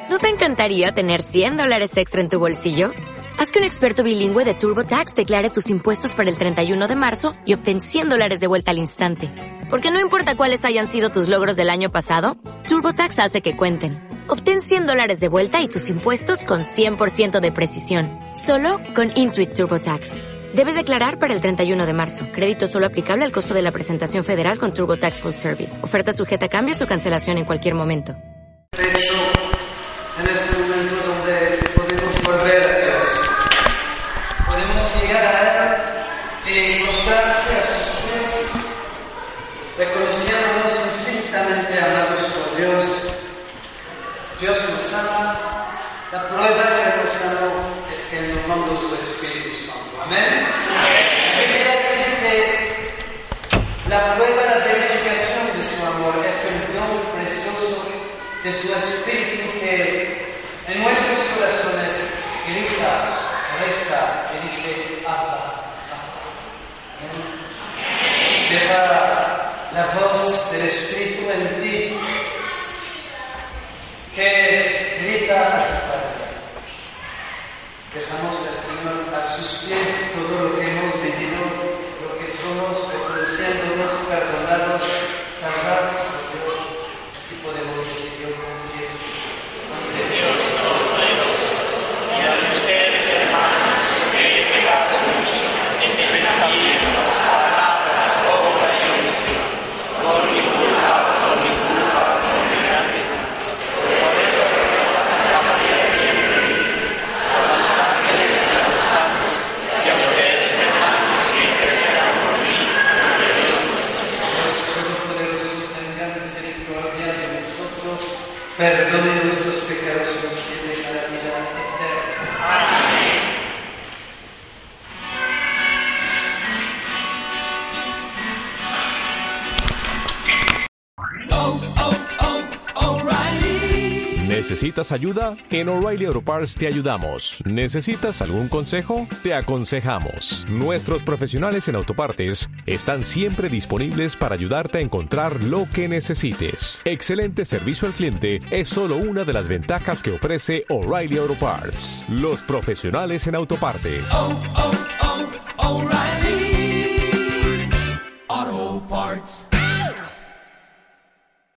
¿No te encantaría tener $100 extra en tu bolsillo? Haz que un experto bilingüe de TurboTax declare tus impuestos para el 31 de marzo y obtén $100 de vuelta al instante. Porque no importa cuáles hayan sido tus logros del año pasado, TurboTax hace que cuenten. Obtén $100 de vuelta y tus impuestos con 100% de precisión. Solo con Intuit TurboTax. Debes declarar para el 31 de marzo. Crédito solo aplicable al costo de la presentación federal con TurboTax Full Service. Oferta sujeta a cambios o cancelación en cualquier momento. De hecho, en este momento donde podemos volver a Dios, podemos llegar a Él y mostrarse a sus pies, reconociéndonos infinitamente amados por Dios. Dios nos ama. La prueba que nos amó es que Él nos mandó su Espíritu Santo. Amén. ¿Qué quiere decir que la prueba, la verificación de su amor es el don precioso de su Espíritu que en nuestros corazones grita, reza y dice Abba, Abba. Deja la voz del Espíritu en ti que grita a tu Padre. Dejamos al Señor a sus pies todo lo que hemos vivido, lo que somos, reconociéndonos perdonados, salvados por Dios. Así podemos decir: yo confieso ante Dios Todopoderoso y ante ustedes, hermanos, que he pecado mucho en pensamiento, palabra, obra y omisión, por mi culpa, por mi grande. Por eso rezo a María siempre, a los ángeles y a los santos, y a ustedes, hermanos, que intercedan por mí, ante Dios nuestro Señor. Dios Todopoderoso, tenga misericordia de nosotros, perdone nuestros pecados y nos lleve a la vida eterna. Amén. ¿Necesitas ayuda? En O'Reilly Auto Parts te ayudamos. ¿Necesitas algún consejo? Te aconsejamos. Nuestros profesionales en autopartes están siempre disponibles para ayudarte a encontrar lo que necesites. Excelente servicio al cliente es solo una de las ventajas que ofrece O'Reilly Auto Parts. Los profesionales en autopartes. O'Reilly.